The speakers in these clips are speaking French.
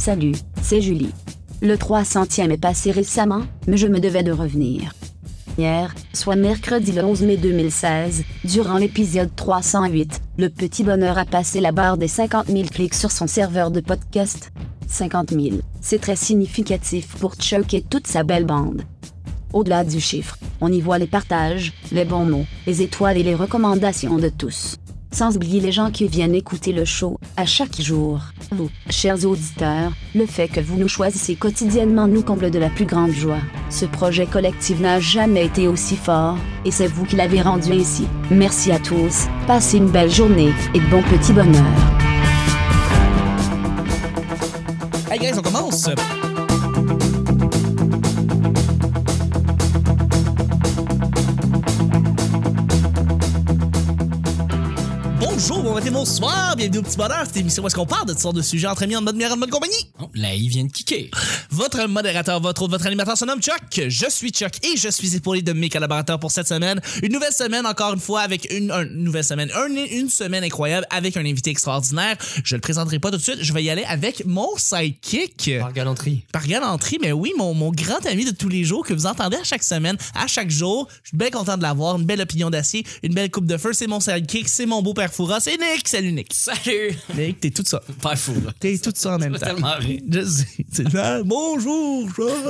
Salut, c'est Julie. Le 300e est passé récemment, mais je me devais de revenir. Hier, soit mercredi le 11 mai 2016, durant l'épisode 308, le petit bonheur a passé la barre des 50 000 clics sur son serveur de podcast. 50 000, c'est très significatif pour Chuck et toute sa belle bande. Au-delà du chiffre, on y voit les partages, les bons mots, les étoiles et les recommandations de tous. Sans oublier les gens qui viennent écouter le show, à chaque jour. Vous, chers auditeurs, le fait que vous nous choisissez quotidiennement nous comble de la plus grande joie. Ce projet collectif n'a jamais été aussi fort, et c'est vous qui l'avez rendu ainsi. Merci à tous, passez une belle journée, et de bon petit bonheur. Hey guys, on commence! Bonjour, bon matin, bonsoir, bienvenue au Petit Bonheur, cette émission où est-ce qu'on parle de toutes sortes de sujets entre amis, en mode meilleure, en mode compagnie. Oh, là, il vient de kicker. Votre modérateur, votre animateur se nomme Chuck. Je suis Chuck et je suis épaulé de mes collaborateurs pour cette semaine. Une nouvelle semaine, encore une fois, avec une semaine incroyable avec un invité extraordinaire. Je le présenterai pas tout de suite, je vais y aller avec mon sidekick. Par galanterie. Par galanterie, mais oui, mon grand ami de tous les jours que vous entendez à chaque semaine, à chaque jour. Je suis bien content de l'avoir, une belle opinion d'acier, une belle coupe de feu. C'est mon sidekick, c'est mon beau père Foura, c'est Nick. Salut Nick. Salut. Nick, t'es tout ça. Père Foura. T'es tout ça en même temps. Tellement rire. Je sais. C'est là, bonjour,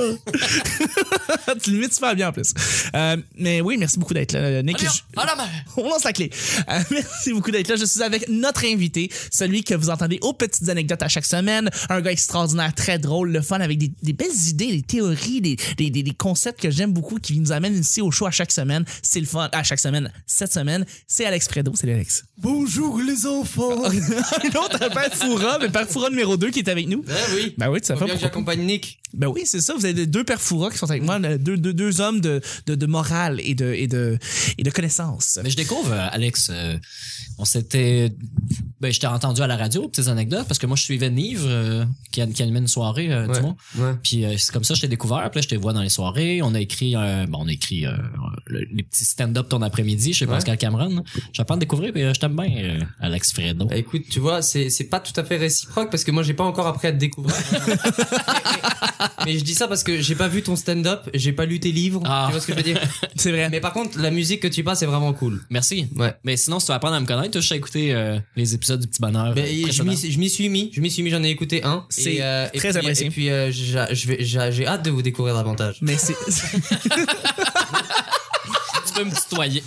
tu l'imites super bien en plus. Mais oui, merci beaucoup d'être là, Nick. On lance la clé. Merci beaucoup d'être là. Je suis avec notre invité, celui que vous entendez aux petites anecdotes à chaque semaine. Un gars extraordinaire, très drôle, le fun, avec des belles idées, des théories, des concepts que j'aime beaucoup qui nous amènent ici au show à chaque semaine. C'est le fun. À chaque semaine, cette semaine, c'est Alex Fredo. Salut Alex. Bonjour les enfants. Un autre Père Foura, mais Père Foura numéro 2 qui est avec nous. Ben oui, tout à fait. bien que j'accompagne Nick. Ben oui, c'est ça. Vous avez deux Père Foura qui sont avec moi, deux hommes de morale et de connaissance. Mais je découvre, Alex, je t'ai entendu à la radio, petites anecdotes, parce que moi je suivais Nive qui animait une soirée, du moins. Ouais. Puis c'est comme ça que je t'ai découvert. Puis là, je te vois dans les soirées. On a écrit les petits stand-up ton après-midi chez Pascal Cameron. J'apprends à découvrir, puis je t'aime bien, Alex Fredo. Bah, écoute, tu vois, c'est pas tout à fait réciproque parce que moi j'ai pas encore appris à te découvrir. mais je dis ça parce que j'ai pas vu ton stand-up, j'ai pas lu tes livres. Ah. Tu vois ce que je veux dire? C'est vrai. Mais par contre, la musique que tu passes est vraiment cool. Merci. Ouais. Mais sinon, si tu veux apprendre à me connaître, je sais écouter les épisodes du Petit Bonheur. Je m'y suis mis, j'en ai écouté un. C'est très apprécié. Et puis j'ai hâte de vous découvrir davantage. Mais c'est... Tu peux me tutoyer.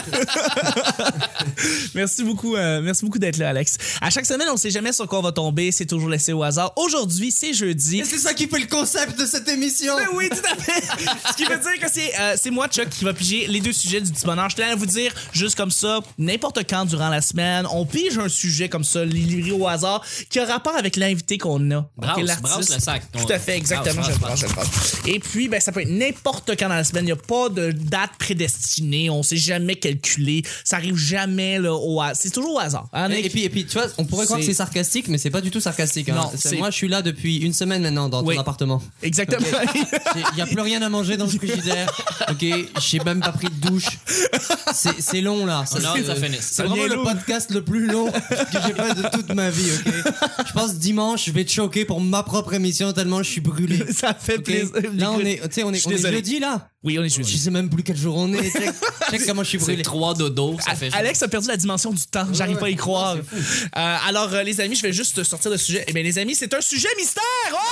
Merci beaucoup d'être là, Alex. À chaque semaine, on sait jamais sur quoi on va tomber, c'est toujours laissé au hasard. Aujourd'hui, c'est jeudi. Et c'est ça qui fait le concept de cette émission. Mais oui, tout à fait. Ce qui veut dire que c'est moi, Chuck, qui va piger les deux sujets du Petit Bonheur. Je tenais à vous dire, juste comme ça, n'importe quand durant la semaine, on pige un sujet comme ça, livré au hasard, qui a rapport avec l'invité qu'on a. Brasse le sac. Tout à fait, exactement. Je le brasse. Et puis, ça peut être n'importe quand dans la semaine. Il n'y a pas de date prédestinée. On sait jamais calculer. Ça arrive jamais là, c'est toujours au hasard. Hein, et puis, tu vois, on pourrait croire que c'est sarcastique, mais c'est pas du tout sarcastique. Hein. Non, moi, je suis là depuis une semaine maintenant dans ton appartement. Exactement. Il y a plus rien à manger dans le frigidaire. Ok, j'ai même pas pris de douche. C'est long là. Ça finit. C'est vraiment le podcast le plus long que j'ai fait de toute ma vie. Ok. Je pense dimanche, je vais te choquer pour ma propre émission tellement je suis brûlé. Ça fait plaisir. Là, on est jeudi là. Oui, on est jeudi. Je sais même plus quel jour on est. Check comment je suis brûlé. C'est 3 dodos, ça fait. Alex a perdu la dimension du temps. J'arrive pas à y croire. Alors, les amis, je vais juste sortir le sujet. Eh bien, les amis, c'est un sujet mystère. Oh!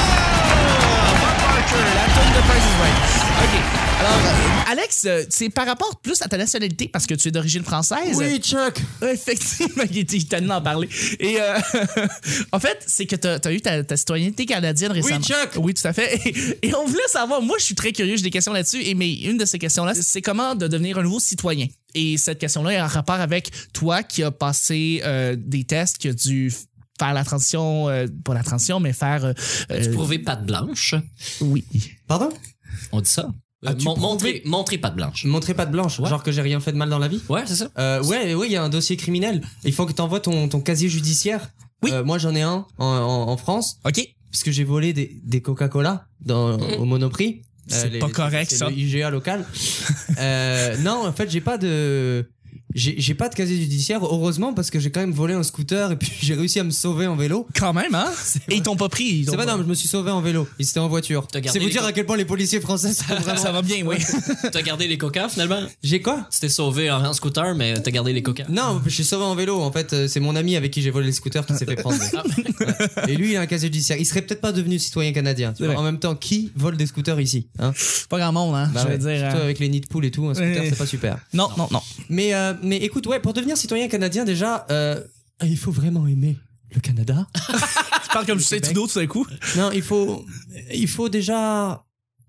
Bob Barker, la tune de Price is Right. OK. Alors, Alex, c'est par rapport plus à ta nationalité, parce que tu es d'origine française. Oui, Chuck. Effectivement, il t'a en parler. Et en fait, c'est que t'as eu ta citoyenneté canadienne récemment. Oui, Chuck. Oui, tout à fait. Et on voulait savoir, moi, je suis très curieux, j'ai des questions là-dessus, mais une de ces questions-là, c'est comment de devenir un nouveau citoyen. Et cette question-là est en rapport avec toi qui as passé des tests, qui a dû faire la transition, pas la transition, mais faire... Tu prouver patte blanche. Oui. Pardon? On dit ça. Montrer patte blanche. Montrer patte blanche, ouais. Genre que j'ai rien fait de mal dans la vie. Ouais, c'est ça. Ouais, il y a un dossier criminel. Il faut que t'envoies ton casier judiciaire. Oui. Moi j'en ai un en France. OK. Parce que j'ai volé des Coca-Cola au Monoprix. C'est pas correct, c'est ça. le IGA local. Non, en fait, j'ai pas de j'ai pas de casier judiciaire, heureusement, parce que j'ai quand même volé un scooter et puis j'ai réussi à me sauver en vélo. Quand même, hein? Et ils t'ont pas pris. C'est pas non, je me suis sauvé en vélo. Ils étaient en voiture. C'est vous dire à quel point les policiers français sont vraiment... Ça va bien, oui. T'as gardé les coca finalement? J'ai quoi? Tu t'es sauvé en scooter, mais t'as gardé les coca. Non, je suis sauvé en vélo. En fait, c'est mon ami avec qui j'ai volé le scooter qui s'est fait prendre. Ouais. Et lui, il a un casier judiciaire. Il serait peut-être pas devenu citoyen canadien. Tu vois. En même temps, qui vole des scooters ici, hein? Pas grand monde, hein? Bah je veux dire. Surtout avec les nids de poules et tout, un scooter, c'est pas super. Non. Mais écoute, ouais, pour devenir citoyen canadien, déjà, il faut vraiment aimer le Canada. Tu parles comme Justin Trudeau tout d'un coup. Non, il faut déjà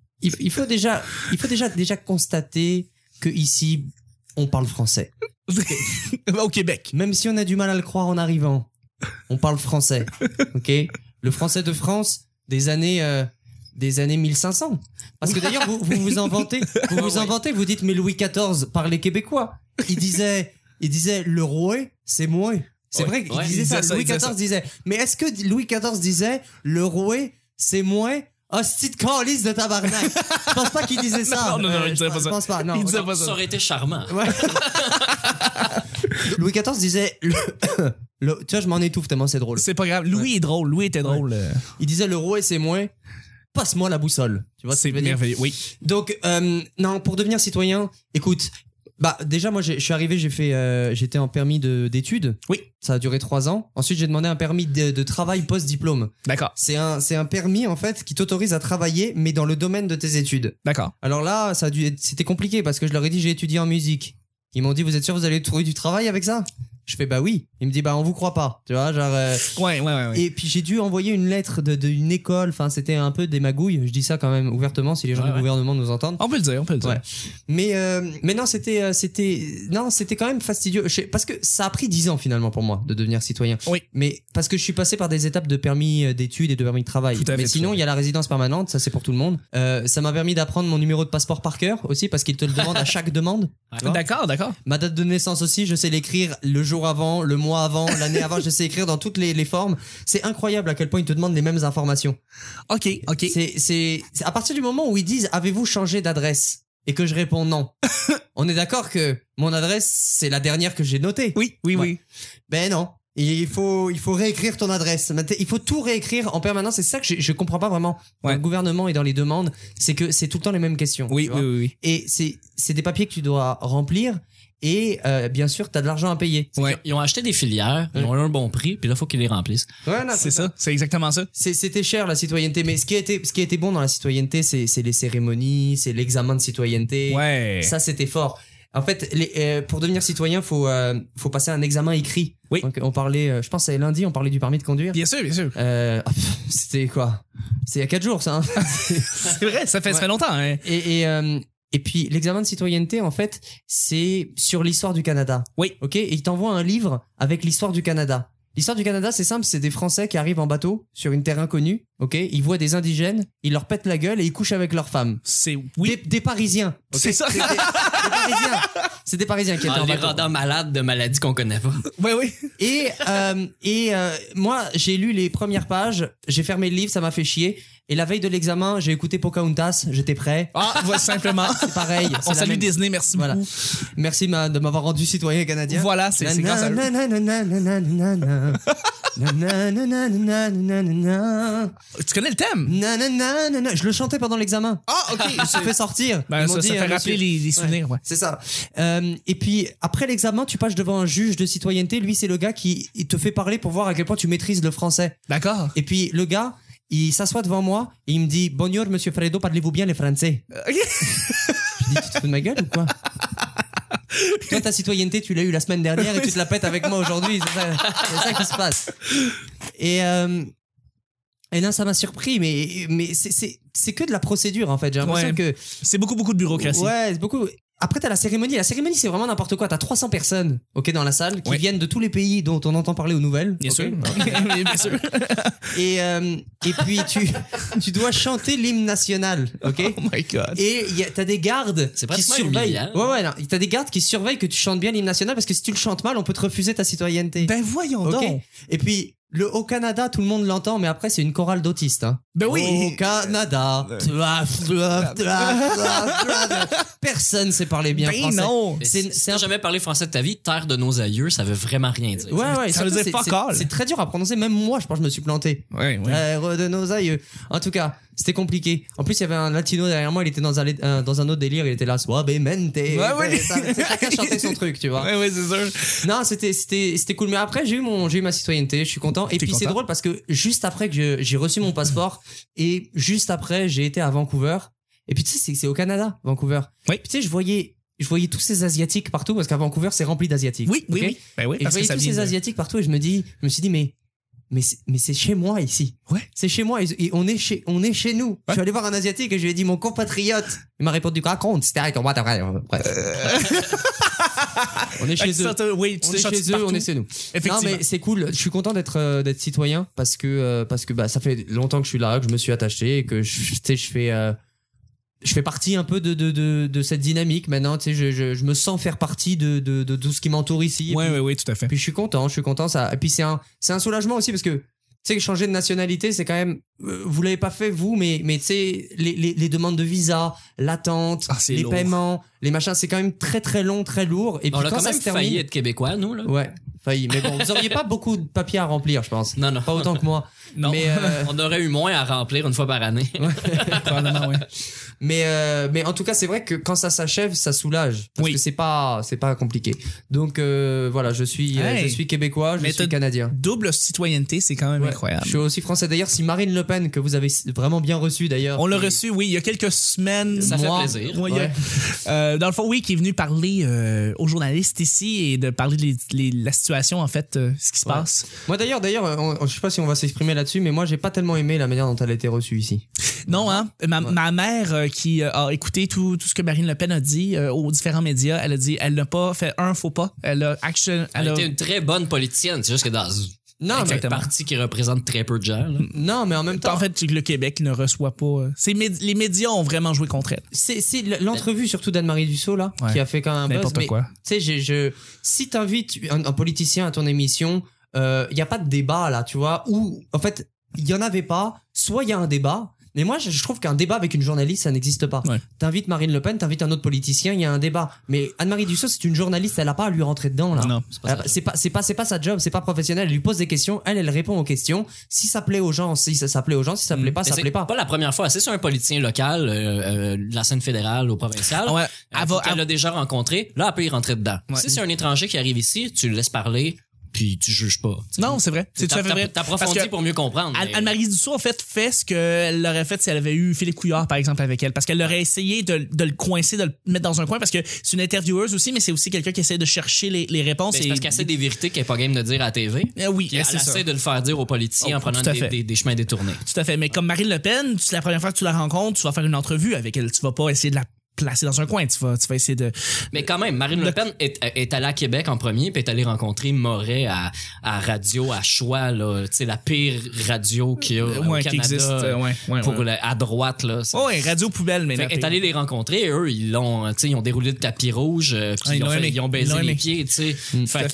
constater que ici, on parle français. Au Québec. Même si on a du mal à le croire en arrivant, on parle français. Ok? Le français de France des années 1500. Parce que d'ailleurs, vous vous en vantez. Vous dites, mais Louis XIV parlait québécois. Il disait, le roi, c'est moi. C'est vrai qu'il disait ça. Louis XIV disait. Mais est-ce que Louis XIV disait, le roi, c'est moi? Hostie de calice de tabarnak. Je pense pas qu'il disait ça. Non, il disait pas ça. Je pense pas, non. Il disait pas ça. Ça aurait été charmant. Ouais. Louis XIV disait, tu vois, je m'en étouffe tellement c'est drôle. C'est pas grave. Louis est drôle. Louis était drôle. Il disait, le roi, c'est moi. Passe-moi la boussole. Tu vois, c'est merveilleux. Oui. Donc, non, pour devenir citoyen, écoute, bah, déjà, moi, je suis arrivé, j'étais en permis d'études. Oui. Ça a duré 3 ans. Ensuite, j'ai demandé un permis de travail post-diplôme. D'accord. C'est un permis, en fait, qui t'autorise à travailler, mais dans le domaine de tes études. D'accord. Alors là, c'était compliqué parce que je leur ai dit, j'ai étudié en musique. Ils m'ont dit, vous êtes sûr, vous allez trouver du travail avec ça? Je fais, bah oui. Il me dit, bah on vous croit pas. Tu vois, genre. Ouais. Et puis j'ai dû envoyer une lettre d'une école. Enfin, c'était un peu des magouilles. Je dis ça quand même ouvertement si les gens du gouvernement nous entendent. On peut le dire. Ouais. Mais non, c'était quand même fastidieux. Parce que ça a pris 10 ans finalement pour moi de devenir citoyen. Oui. Mais parce que je suis passé par des étapes de permis d'études et de permis de travail. Mais sinon, il y a la résidence permanente. Ça, c'est pour tout le monde. Ça m'a permis d'apprendre mon numéro de passeport par cœur aussi parce qu'il te le demande à chaque demande. D'accord. Ma date de naissance aussi, je sais l'écrire le jour avant, le mois avant, l'année avant, je sais écrire dans toutes les formes. C'est incroyable à quel point ils te demandent les mêmes informations. Ok. C'est à partir du moment où ils disent, avez-vous changé d'adresse? Et que je réponds non. On est d'accord que mon adresse, c'est la dernière que j'ai notée. Oui. Ben non. Il faut réécrire ton adresse. Il faut tout réécrire en permanence. C'est ça que je comprends pas vraiment dans le gouvernement et dans les demandes. C'est que c'est tout le temps les mêmes questions. Oui. Et c'est des papiers que tu dois remplir. Et bien sûr, t'as de l'argent à payer. Ouais. Ils ont acheté des filières, ils ont eu un bon prix, puis là, faut qu'ils les remplissent. Ouais, non, c'est ça. C'est exactement ça. C'était cher la citoyenneté, mais ce qui a été bon dans la citoyenneté, c'est les cérémonies, c'est l'examen de citoyenneté. Ouais. Ça, c'était fort. En fait, pour devenir citoyen, faut passer un examen écrit. Oui. Donc, on parlait, je pense que c'est lundi, on parlait du permis de conduire. Bien sûr. C'était quoi? C'est il y a 4 jours, ça. Hein. C'est vrai, ça fait longtemps. Hein. Et puis, l'examen de citoyenneté, en fait, c'est sur l'histoire du Canada. Oui. Ok? Et il t'envoie un livre avec l'histoire du Canada. L'histoire du Canada, c'est simple, c'est des Français qui arrivent en bateau sur une terre inconnue, ok? Ils voient des indigènes, ils leur pètent la gueule et ils couchent avec leurs femmes. Des Parisiens. Okay? C'est ça. Des Parisiens. C'est des Parisiens qui étaient en les bateau. rendant malades de maladies qu'on connaît pas. Oui. Et moi, j'ai lu les premières pages, j'ai fermé le livre, ça m'a fait chier. Et la veille de l'examen, j'ai écouté Pocahontas, j'étais prêt. Voilà, simplement. C'est pareil. On salue Disney, merci beaucoup. Merci de m'avoir rendu citoyen canadien. Voilà, c'est grâce à eux. Tu connais le thème? Je le chantais pendant l'examen. Ah, ok. Je me fait sortir. Ça fait rappeler les souvenirs, ouais. C'est ça. Et puis, après l'examen, tu passes devant un juge de citoyenneté. Lui, c'est le gars qui te fait parler pour voir à quel point tu maîtrises le français. D'accord. Et puis, le gars, il s'assoit devant moi et il me dit, Bonjour, monsieur Fredo, parlez-vous bien les Français? Ok. Je dis, tu te fous de ma gueule ou quoi? Toi, ta citoyenneté, tu l'as eu la semaine dernière et tu te la pètes avec moi aujourd'hui. C'est ça qui se passe. Et là, ça m'a surpris, mais c'est que de la procédure, en fait. J'ai l'impression que... C'est beaucoup de bureaucratie. Ouais, c'est beaucoup... Après, t'as la cérémonie. La cérémonie, c'est vraiment n'importe quoi. T'as 300 personnes, ok, dans la salle, qui viennent de tous les pays dont on entend parler aux nouvelles. Bien sûr. Bien sûr. Et puis, tu dois chanter l'hymne national, ok? Oh my God. Et t'as des gardes qui surveillent. Ouais, non. T'as des gardes qui surveillent que tu chantes bien l'hymne national parce que si tu le chantes mal, on peut te refuser ta citoyenneté. Ben voyons donc. Et puis, Au Canada, tout le monde l'entend, mais après, c'est une chorale d'autistes. Hein. Ben oui. Au Canada. Personne sait parler bien français. Non. Si t'as jamais parlé français de ta vie, terre de nos aïeux, ça veut vraiment rien dire. Ouais, ça veut dire fuck all. C'est très dur à prononcer. Même moi, je pense que je me suis planté. Ouais. Terre de nos aïeux. En tout cas, c'était compliqué. En plus, il y avait un latino derrière moi, il était dans un autre délire, il était là, suavemente. Ouais. Chacun chantait son truc, tu vois. Ouais, c'est sûr. Non, c'était cool. Mais après, j'ai eu ma citoyenneté, je suis content. Et puis, c'est drôle parce que juste après que j'ai reçu mon passeport et juste après, j'ai été à Vancouver. Et puis, tu sais, c'est au Canada, Vancouver. Oui. Puis, tu sais, je voyais tous ces Asiatiques partout parce qu'à Vancouver, c'est rempli d'Asiatiques. Oui. Ben oui, et je voyais tous ces Asiatiques partout et je me suis dit, mais c'est chez moi ici. Ouais. C'est chez moi et on est chez nous. Ouais. Je suis allé voir un Asiatique et je lui ai dit mon compatriote. Il m'a répondu raconte, c'était avec moi bref. On est chez eux. Oui, on est chez eux, on est chez nous. Effectivement. Non mais c'est cool. Je suis content d'être citoyen parce que bah ça fait longtemps que je suis là, que je me suis attaché et que je fais partie un peu de cette dynamique maintenant, tu sais, je me sens faire partie de tout ce qui m'entoure ici. Oui, tout à fait. Puis je suis content ça. Et puis c'est un soulagement aussi parce que tu sais, changer de nationalité, c'est quand même, vous l'avez pas fait vous, mais tu sais, les demandes de visa, l'attente, les paiements, les machins, c'est quand même très très long, très lourd. Et puis on a quand même failli être québécois, nous, là. Ouais, failli. Mais bon, vous auriez pas beaucoup de papiers à remplir, je pense. Non. Pas autant que moi. Non. Mais on aurait eu moins à remplir une fois par année. Probablement, oui. Mais en tout cas, c'est vrai que quand ça s'achève, ça soulage. Parce que c'est pas compliqué. Donc, voilà, je suis québécois, je suis canadien. Double citoyenneté, c'est quand même incroyable. Je suis aussi français. D'ailleurs, si Marine Le Pen, que vous avez vraiment bien reçu d'ailleurs. On l'a reçu, oui, il y a quelques semaines. Ça fait plaisir. Ouais. Dans le fond, oui, qui est venu parler aux journalistes ici et de parler de la situation, en fait, ce qui se passe. Moi, d'ailleurs, je sais pas si on va s'exprimer là-dessus, mais moi, j'ai pas tellement aimé la manière dont elle a été reçue ici. Non, hein. Ma mère, qui a écouté tout ce que Marine Le Pen a dit aux différents médias, elle a dit, elle n'a pas fait un faux pas. Elle a été une très bonne politicienne. C'est juste que dans un parti qui représente très peu de gens. Là. Non, mais en même temps. En fait, le Québec ne reçoit pas. Les médias ont vraiment joué contre elle. C'est l'entrevue surtout d'Anne-Marie Dussault là, qui a fait quand même un buzz. N'importe quoi. Tu sais, si t'invites un politicien à ton émission, y a pas de débat là, tu vois, ou en fait, il y en avait pas. Soit il y a un débat. Mais moi, je trouve qu'un débat avec une journaliste, ça n'existe pas. Ouais. T'invites Marine Le Pen, t'invites un autre politicien, il y a un débat. Mais Anne-Marie Dussault, c'est une journaliste, elle a pas à lui rentrer dedans, là. Non, c'est pas sa job, c'est pas professionnel. Elle lui pose des questions, elle répond aux questions. Si ça plaît aux gens, si ça plaît aux gens, si ça plaît pas, ça plaît pas. C'est pas la première fois. C'est sur un politicien local, de la scène fédérale au provincial. Ouais. Elle l'a déjà rencontré. Là, elle peut y rentrer dedans. Ouais. Si c'est un étranger qui arrive ici, tu le laisses parler. Puis tu juges pas. T'sais. Non, c'est vrai. C'est tout à fait vrai. T'approfondis pour mieux comprendre. Anne-Marie Dussault, en fait ce qu'elle aurait fait si elle avait eu Philippe Couillard, par exemple, avec elle. Parce qu'elle aurait essayé de le coincer, de le mettre dans un coin, parce que c'est une intervieweuse aussi, mais c'est aussi quelqu'un qui essaie de chercher les réponses. C'est parce qu'elle sait des vérités qu'elle est pas game de dire à la TV. Oui, elle essaie de le faire dire aux politiciens en prenant des chemins détournés. Tout à fait. Mais comme Marine Le Pen, c'est la première fois que tu la rencontres, tu vas faire une entrevue avec elle. Tu vas pas essayer de la placer dans un coin, tu vas essayer de... Mais quand même, Marine Le Pen est allée à Québec en premier, puis est allée rencontrer Moret à radio, à Choix, là, tu sais, la pire radio qu'il y a au Canada, qui existe, à droite, là. Ouais, radio poubelle, mais est allée les rencontrer, eux, ils ont déroulé le tapis rouge, puis ils ont baisé les pieds, tu sais.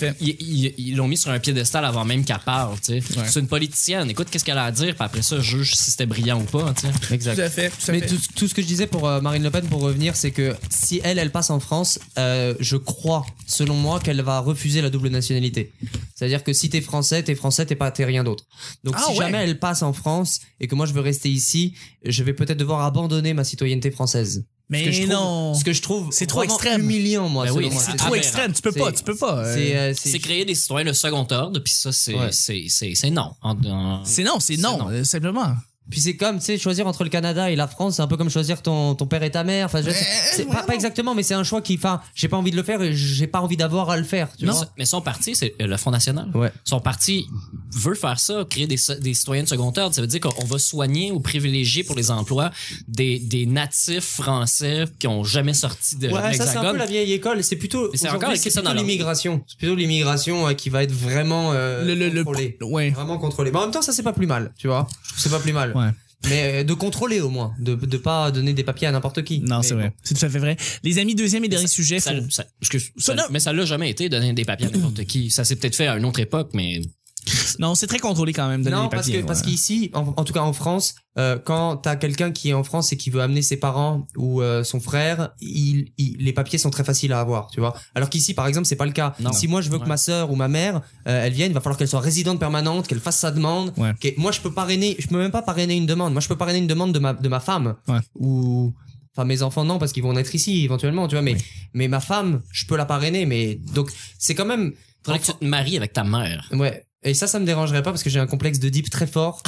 Ils l'ont mis sur un piédestal avant même qu'elle parle, tu sais. C'est une politicienne, écoute qu'est-ce qu'elle a à dire, puis après ça, juge si c'était brillant ou pas, tu sais. Exact. Tout à fait. Mais tout ce que je disais pour Marine Le Pen, pour revenir, c'est que si elle passe en France, je crois, selon moi, qu'elle va refuser la double nationalité. C'est-à-dire que si t'es français, t'es rien d'autre. Donc jamais elle passe en France et que moi je veux rester ici, je vais peut-être devoir abandonner ma citoyenneté française. Mais ce que je trouve c'est trop extrême, humiliant, moi. Oui, c'est trop extrême. Tu peux pas. C'est créer des citoyens de second ordre, puis ça c'est non. C'est non, simplement. Puis c'est comme, tu sais, choisir entre le Canada et la France, c'est un peu comme choisir ton père et ta mère. Enfin, c'est pas exactement, mais c'est un choix j'ai pas envie de le faire et j'ai pas envie d'avoir à le faire. Tu vois? Mais son parti, c'est le Front National. Ouais. Son parti veut faire ça, créer des citoyens de second ordre. Ça veut dire qu'on va soigner ou privilégier pour les emplois des natifs français qui ont jamais sorti de l'Hexagone. Ça, c'est un peu la vieille école. C'est plutôt l'immigration. C'est plutôt l'immigration qui va être vraiment contrôlée. Vraiment contrôlée. Mais en même temps, ça, c'est pas plus mal, tu vois. C'est pas plus mal. Ouais. Mais de contrôler au moins, de pas donner des papiers à n'importe qui. Non, c'est vrai. C'est tout à fait vrai. Les amis, deuxième et dernier sujet. Mais ça l'a jamais été donner des papiers à n'importe qui. Ça s'est peut-être fait à une autre époque, mais Non, c'est très contrôlé quand même. Non, parce qu'ici, en tout cas en France, quand t'as quelqu'un qui est en France et qui veut amener ses parents ou son frère, les papiers sont très faciles à avoir, tu vois. Alors qu'ici, par exemple, c'est pas le cas. Non. Si moi je veux que ma sœur ou ma mère, elle vienne, il va falloir qu'elle soit résidente permanente, qu'elle fasse sa demande. Ouais. Moi, je peux même pas parrainer une demande. Moi, je peux parrainer une demande de ma femme ou. Enfin, mes enfants, non, parce qu'ils vont naître ici, éventuellement, tu vois, mais ma femme, je peux la parrainer, mais donc, c'est quand même. Faudrait que tu te maries avec ta mère. Ouais. Et ça me dérangerait pas parce que j'ai un complexe de deep très fort.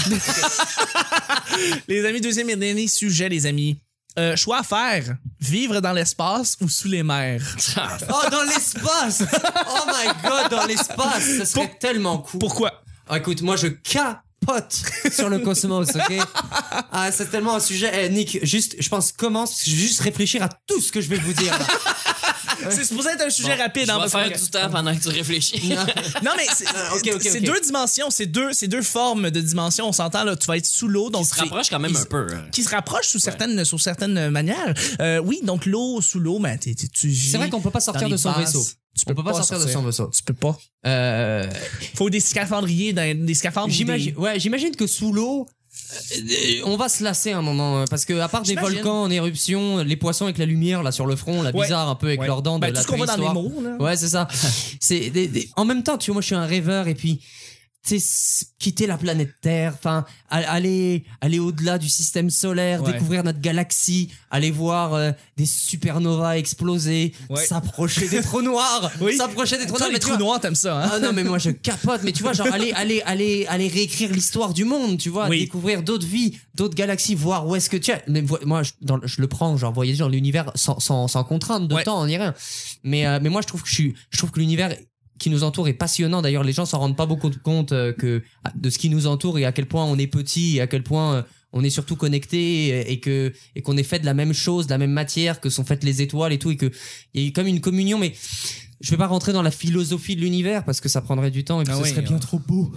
Les amis, deuxième et dernier sujet, les amis. Choix à faire, vivre dans l'espace ou sous les mers? Oh, dans l'espace! Oh my god, dans l'espace! Ça serait tellement cool. Pourquoi? Oh, écoute, moi, je capote sur le cosmos, ok? Ah, c'est tellement un sujet. Nick, juste, je pense, commence, parce que je vais juste réfléchir à tout ce que je vais vous dire, là. C'est supposé être un sujet rapide. Je vais faire du temps pendant que tu réfléchis. Non, mais c'est deux dimensions, c'est deux formes de dimensions. On s'entend, là, tu vas être sous l'eau. Donc qui se rapproche quand même un peu. Qui se rapproche ssur certaines manières. Oui, donc l'eau, sous l'eau, mais c'est vrai qu'on peut pas sortir de son vaisseau. Tu peux pas sortir de son vaisseau. Tu peux pas. Faut des scaphandriers, des scaphandres. J'imagine que sous l'eau, on va se lasser un moment parce que à part des volcans en éruption, les poissons avec la lumière là sur le front, la bizarre un peu avec leurs dents de la préhistoire. Tout ce qu'on voit dans les mots, là. Ouais, c'est ça. C'est en même temps, tu vois, moi je suis un rêveur et puis tu sais, quitter la planète Terre, enfin aller au-delà du système solaire, découvrir notre galaxie, aller voir des supernovas exploser, s'approcher des trous noirs, s'approcher des trous noirs. Les trous noirs, t'aimes ça, hein? Ah non, mais moi je capote, mais tu vois, genre aller réécrire l'histoire du monde, tu vois, découvrir d'autres vies, d'autres galaxies, voir où est-ce que tu es. Mais moi je le prends, genre voyager dans l'univers sans contrainte de temps, ni rien. Mais moi je trouve que l'univers qui nous entoure est passionnant. D'ailleurs, les gens s'en rendent pas beaucoup compte de ce qui nous entoure et à quel point on est petit et à quel point on est surtout connecté et qu'on est fait de la même chose, de la même matière que sont faites les étoiles et tout, et que il y a comme une communion. Mais je vais pas rentrer dans la philosophie de l'univers parce que ça prendrait du temps et puis ce serait bien trop beau.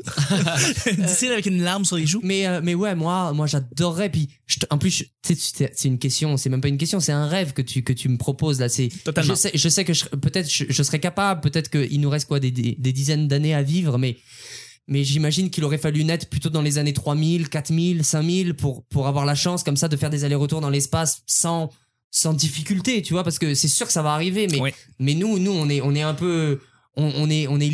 D'ici avec une larme sur les joues. Mais ouais, moi j'adorerais. Puis en plus, c'est une question, c'est même pas une question, c'est un rêve que tu me proposes là. C'est totalement. Je sais que peut-être je serais capable, peut-être qu'il nous reste des dizaines d'années à vivre, mais j'imagine qu'il aurait fallu naître plutôt dans les années 3000, 4000, 5000 pour avoir la chance comme ça de faire des allers-retours dans l'espace sans difficulté, tu vois, parce que c'est sûr que ça va arriver, mais nous on est un peu on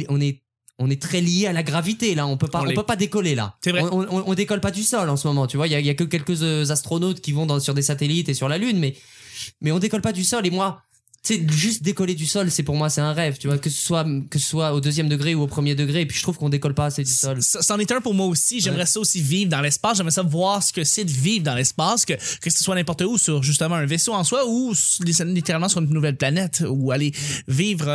est très lié à la gravité là, on peut pas décoller là. C'est vrai. On décolle pas du sol en ce moment, tu vois, il y a que quelques astronautes qui vont sur des satellites et sur la lune, mais on décolle pas du sol. Et moi, tu sais, juste décoller du sol, c'est un rêve, tu vois, que ce soit au 2e degré ou au 1er degré. Et puis je trouve qu'on décolle pas assez du sol. C'en est un pour moi aussi. J'aimerais ça aussi vivre dans l'espace. J'aimerais ça voir ce que c'est de vivre dans l'espace, que ce soit n'importe où, sur justement un vaisseau en soi ou littéralement sur une nouvelle planète, ou aller vivre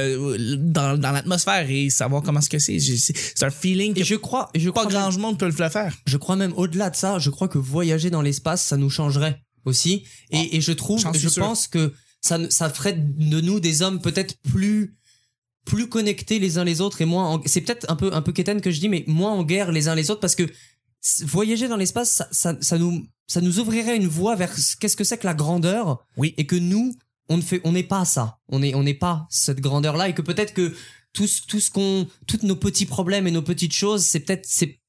dans l'atmosphère et savoir comment ce que c'est. C'est un feeling que je crois pas grand monde peut le faire. Je crois même au-delà de ça, je crois que voyager dans l'espace, ça nous changerait aussi. Et je pense que ça ferait de nous des hommes peut-être plus connectés les uns les autres et moins c'est peut-être un peu quétaine que je dis, mais moins en guerre les uns les autres, parce que voyager dans l'espace, ça nous ouvrirait une voie vers qu'est-ce que c'est que la grandeur. Et que nous on n'est pas ça, on n'est pas cette grandeur là, et que peut-être que toutes nos petits problèmes et nos petites choses, c'est peut-être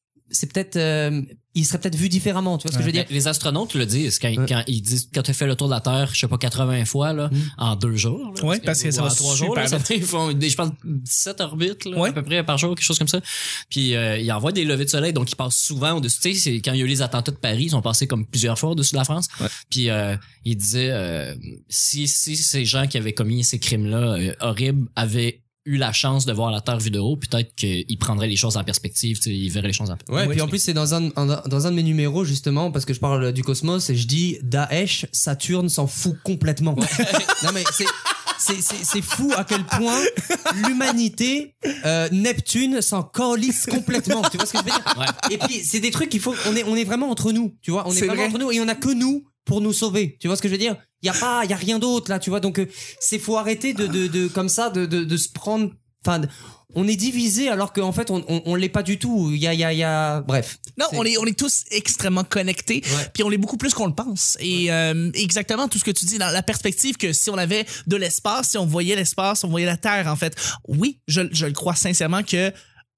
il serait peut-être vu différemment, tu vois ce que je veux dire. Les astronautes le disent quand ils disent, quand tu fais le tour de la Terre, je sais pas, 80 fois là, en 2 jours. Oui, parce que ça va 3 jours. Là, ils font, je pense, 17 orbites là, à peu près par jour, quelque chose comme ça. Puis ils envoient des levées de soleil, donc ils passent souvent au-dessus. Tu sais, c'est quand il y a eu les attentats de Paris, ils sont passés comme plusieurs fois au-dessus de la France. Puis ils disaient, si ces gens qui avaient commis ces crimes-là horribles avaient eu la chance de voir la Terre vue de haut, peut-être qu'ils prendraient les choses en perspective, ils verraient les choses en perspective. Ouais, puis en plus, c'est dans un de mes numéros, justement, parce que je parle du cosmos, et je dis, Daesh, Saturne s'en fout complètement. Non, mais c'est fou à quel point l'humanité, Neptune s'en calisse complètement. Tu vois ce que je veux dire? Et puis, c'est des trucs on est vraiment entre nous, tu vois, on est vraiment entre nous, et on a que nous pour nous sauver. Tu vois ce que je veux dire? Il y a rien d'autre là, tu vois. Donc faut arrêter de comme ça de se prendre, enfin, on est divisé alors qu'en fait on l'est pas du tout. Il y a bref. Non, on est tous extrêmement connectés, puis on est beaucoup plus qu'on le pense. Et exactement tout ce que tu dis dans la perspective que si on avait de l'espace, si on voyait l'espace, on voyait la Terre en fait. Oui, je le crois sincèrement que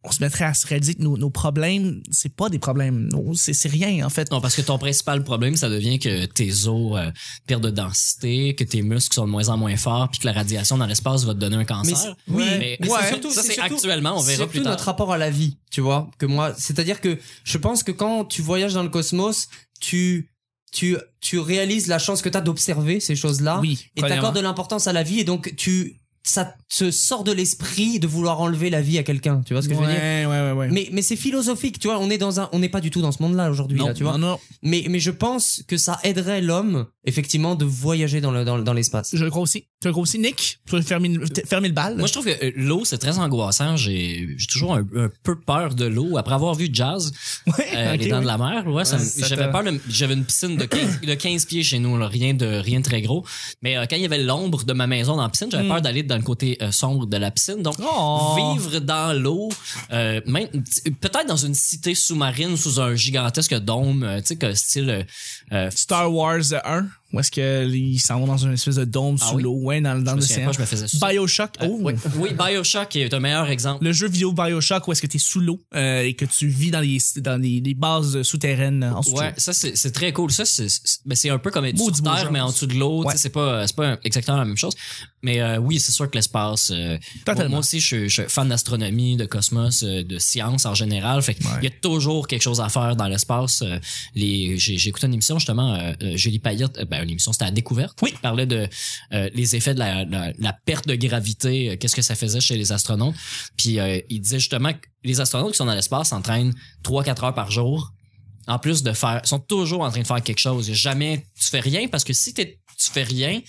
on se mettrait à se réaliser que nos problèmes, c'est pas des problèmes. C'est rien, en fait. Non, parce que ton principal problème, ça devient que tes os perdent de densité, que tes muscles sont de moins en moins forts, puis que la radiation dans l'espace va te donner un cancer. Mais c'est actuellement, on verra plus tard. C'est notre rapport à la vie, tu vois, que moi, c'est-à-dire que je pense que quand tu voyages dans le cosmos, tu réalises la chance que t'as d'observer ces choses-là, et t'accordes de l'importance à la vie, et donc ça te sort de l'esprit de vouloir enlever la vie à quelqu'un, tu vois ce que je veux dire? Ouais. Mais c'est philosophique, tu vois, on n'est pas du tout dans ce monde-là aujourd'hui, là, tu vois. Non. Mais je pense que ça aiderait l'homme, effectivement, de voyager dans l'espace. Je le crois aussi. Nick, tu peux fermer le bal? Moi, je trouve que l'eau, c'est très angoissant. J'ai toujours un peu peur de l'eau. Après avoir vu Jazz, Les Dents de la Mer, j'avais peur j'avais une piscine de 15 pieds chez nous, là, rien de très gros. Mais quand il y avait l'ombre de ma maison dans la piscine, j'avais peur d'aller dans le côté sombre de la piscine. Donc, vivre dans l'eau, même peut-être dans une cité sous-marine sous un gigantesque dôme, tu sais, que style Star Wars 1. Où est-ce qu'ils s'en vont dans une espèce de dôme sous l'eau, dans l'océan. Je me faisais ça. BioShock. Oui, BioShock est un meilleur exemple. Le jeu vidéo BioShock où est-ce que t'es sous l'eau et que tu vis dans les bases souterraines en dessous. Ouais, ça c'est très cool. Ça c'est un peu comme être sur terre mais en dessous de l'eau. C'est pas exactement la même chose. Mais oui, c'est sûr que l'espace. Moi aussi, je suis fan d'astronomie, de cosmos, de science en général. Fait il y a toujours quelque chose à faire dans l'espace. J'ai écouté une émission justement, Julie Payette. Une émission, c'était à Découverte. Oui. Il parlait de les effets de la perte de gravité, qu'est-ce que ça faisait chez les astronautes. Puis il disait justement que les astronautes qui sont dans l'espace s'entraînent 3-4 heures par jour. En plus de sont toujours en train de faire quelque chose. Jamais tu fais rien parce que si tu fais rien,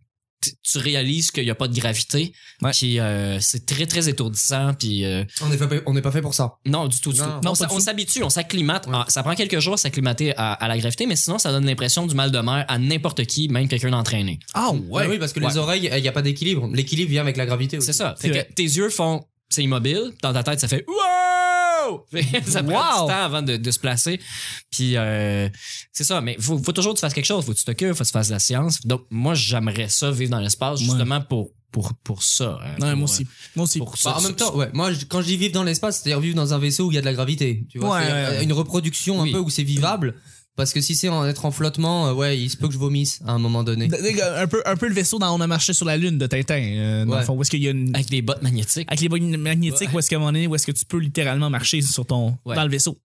tu réalises qu'il y a pas de gravité. Puis c'est très très étourdissant. Puis on n'est pas fait pour ça. Non, du tout. Non, on s'habitue, on s'acclimate. Ça prend quelques jours à s'acclimater à la gravité, mais sinon ça donne l'impression du mal de mer à n'importe qui, même quelqu'un d'entraîné. Oui, parce que les oreilles, il y a pas d'équilibre. L'équilibre vient avec la gravité aussi. C'est ça. Fait que tes yeux c'est immobile, dans ta tête ça fait wow! Ça prend du temps avant de se placer. Puis c'est ça, mais faut toujours que tu fasses quelque chose, faut que tu t'occupes, faut que tu fasses de la science. Donc moi j'aimerais ça vivre dans l'espace justement pour ça. Moi aussi. Pour ça, en même temps, moi quand je dis vivre dans l'espace, c'est-à-dire vivre dans un vaisseau où il y a de la gravité, tu vois, une reproduction un peu où c'est vivable. Parce que si c'est être en flottement, il se peut que je vomisse à un moment donné. Un peu le vaisseau dans On a marché sur la Lune de Tintin. Dans le fond, où est-ce qu'il y a avec les bottes magnétiques. Avec les bottes magnétiques, où est-ce qu'à un moment donné, où est-ce que tu peux littéralement marcher sur dans le vaisseau.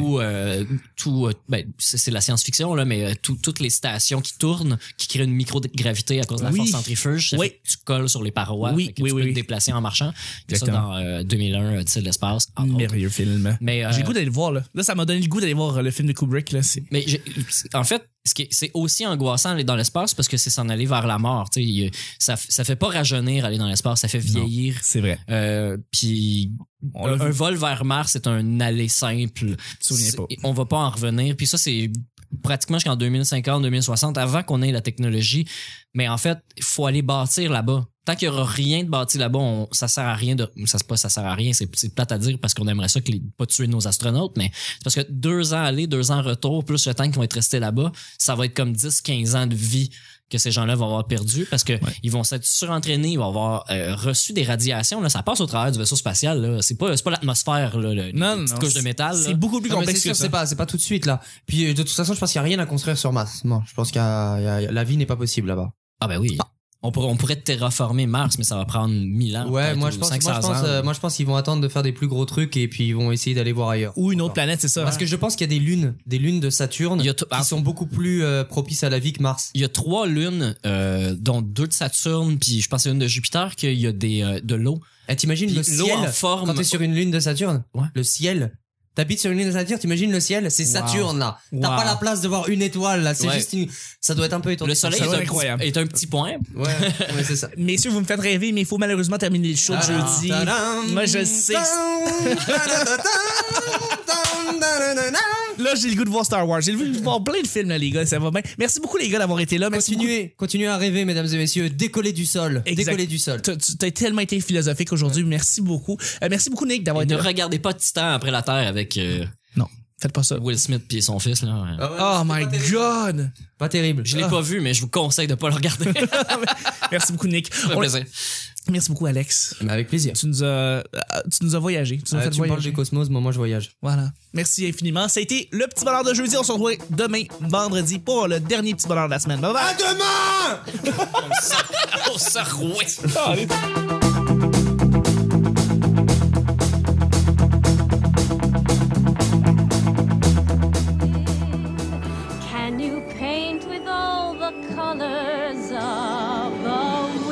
C'est la science-fiction, là, mais toutes les stations qui tournent, qui créent une microgravité à cause de la force centrifuge, ça fait que tu colles sur les parois. Tu peux te déplacer en marchant. C'est ça dans 2001, Odyssée de l'espace. Merveilleux film. Mais j'ai le goût d'aller le voir, là. Là, ça m'a donné le goût d'aller voir le film de Kubrick, là. Mais en fait, c'est aussi angoissant aller dans l'espace parce que c'est s'en aller vers la mort. Ça fait pas rajeunir aller dans l'espace, ça fait vieillir. Non, c'est vrai. Puis un vol vers Mars, c'est un aller simple. On va pas en revenir. Puis ça, c'est pratiquement jusqu'en 2050, 2060, avant qu'on ait la technologie. Mais en fait, il faut aller bâtir là-bas. Tant qu'il y aura rien de bâti là-bas, ça sert à rien ça sert à rien, c'est plate à dire parce qu'on aimerait ça pas tuer nos astronautes, mais c'est parce que 2 ans aller, 2 ans retour, plus le temps qu'ils vont être restés là-bas, ça va être comme 10-15 ans de vie que ces gens-là vont avoir perdu parce que ils vont s'être surentraînés, ils vont avoir reçu des radiations, là, ça passe au travers du vaisseau spatial, là. C'est pas l'atmosphère, là, petite couche de métal. C'est beaucoup plus complexe que ça. C'est pas tout de suite, là. Puis de toute façon, je pense qu'il y a rien à construire sur Mars. Non, je pense la vie n'est pas possible là-bas. Ah ben oui. On pourrait terraformer Mars, mais ça va prendre 1000 ans. Ouais, moi je pense qu'ils vont attendre de faire des plus gros trucs et puis ils vont essayer d'aller voir ailleurs. Ou une autre planète, c'est ça. Parce que je pense qu'il y a des lunes de Saturne qui sont beaucoup plus propices à la vie que Mars. Il y a 3 lunes, dont 2 de Saturne, puis je pense qu'il y a une de Jupiter, qu'il y a de l'eau. T'imagines le ciel en forme... quand t'es sur une lune de Saturne? Le ciel. T'habites sur une lune de Saturne, t'imagines le ciel, c'est Saturne là. T'as pas la place de voir une étoile là, c'est juste ça doit être un peu étonnant. Le soleil est un petit point. Ouais, c'est ça. Messieurs, vous me faites rêver, mais il faut malheureusement terminer le show de jeudi. Moi je sais. Là, j'ai le goût de voir Star Wars. J'ai le goût de voir plein de films là, les gars, ça va bien. Merci beaucoup les gars d'avoir été là. Continuez à rêver, mesdames et messieurs, décoller du sol. Décoller du sol. T'as tellement été philosophique aujourd'hui. Merci beaucoup. Merci beaucoup Nick d'avoir été là. Ne regardez pas Titan après la Terre avec non, faites pas ça. Will Smith puis son fils là. Oh my god. Pas terrible. Je l'ai pas vu, mais je vous conseille de pas le regarder. Merci beaucoup Nick. Ça fait plaisir. Merci beaucoup, Alex. Mais avec plaisir. Tu nous as voyagé. Tu nous as fait tu voyager. parles du cosmos, moi je voyage. Voilà. Merci infiniment. Ça a été le petit bonheur de jeudi. On se retrouve demain, vendredi, pour le dernier petit bonheur de la semaine. Bye bye. À demain! On se rouille. Allez. Can you paint with all the colors of the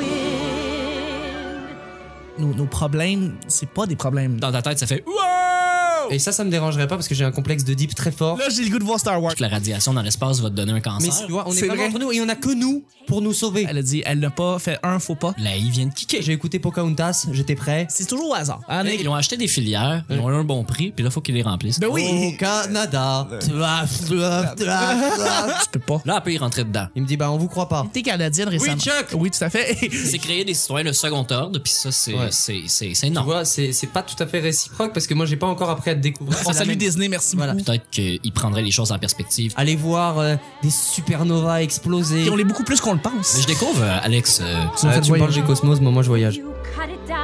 wind? Nos problèmes, c'est pas des problèmes. Dans ta tête, ça fait wow! Et ça me dérangerait pas parce que j'ai un complexe de deep très fort. Là, j'ai le goût de voir Star Wars. La radiation dans l'espace va te donner un cancer. Mais tu vois, on est C'est vraiment vrai. entre nous et on a que nous pour nous sauver. Elle a dit, elle n'a pas fait un faux pas. Là, ils viennent kicker. J'ai écouté Pocahontas, j'étais prêt. C'est toujours au hasard. Hein, Ils ont acheté des filières, ils ont eu un bon prix, puis là, faut qu'ils les remplissent. Ben oui. Au Canada. Tu peux pas. Là, elle peut y rentrer dedans. Il me dit, on vous croit pas. T'es canadienne récemment. Oui, Chuck. Oui, tout à fait. C'est créer des citoyens de second ordre, puis ça, c'est Tu non. vois, c'est pas tout à fait réciproque parce que moi j'ai pas encore appris à te découvrir. On salue Disney, merci Voilà. beaucoup. Peut-être qu'ils prendraient les choses en perspective. Allez voir des supernovas exploser. Et on l'est beaucoup plus qu'on le pense. Mais je découvre, Alex, Tu nous fais tu me parles voyager. du cosmos, moi je voyage. You cut it down.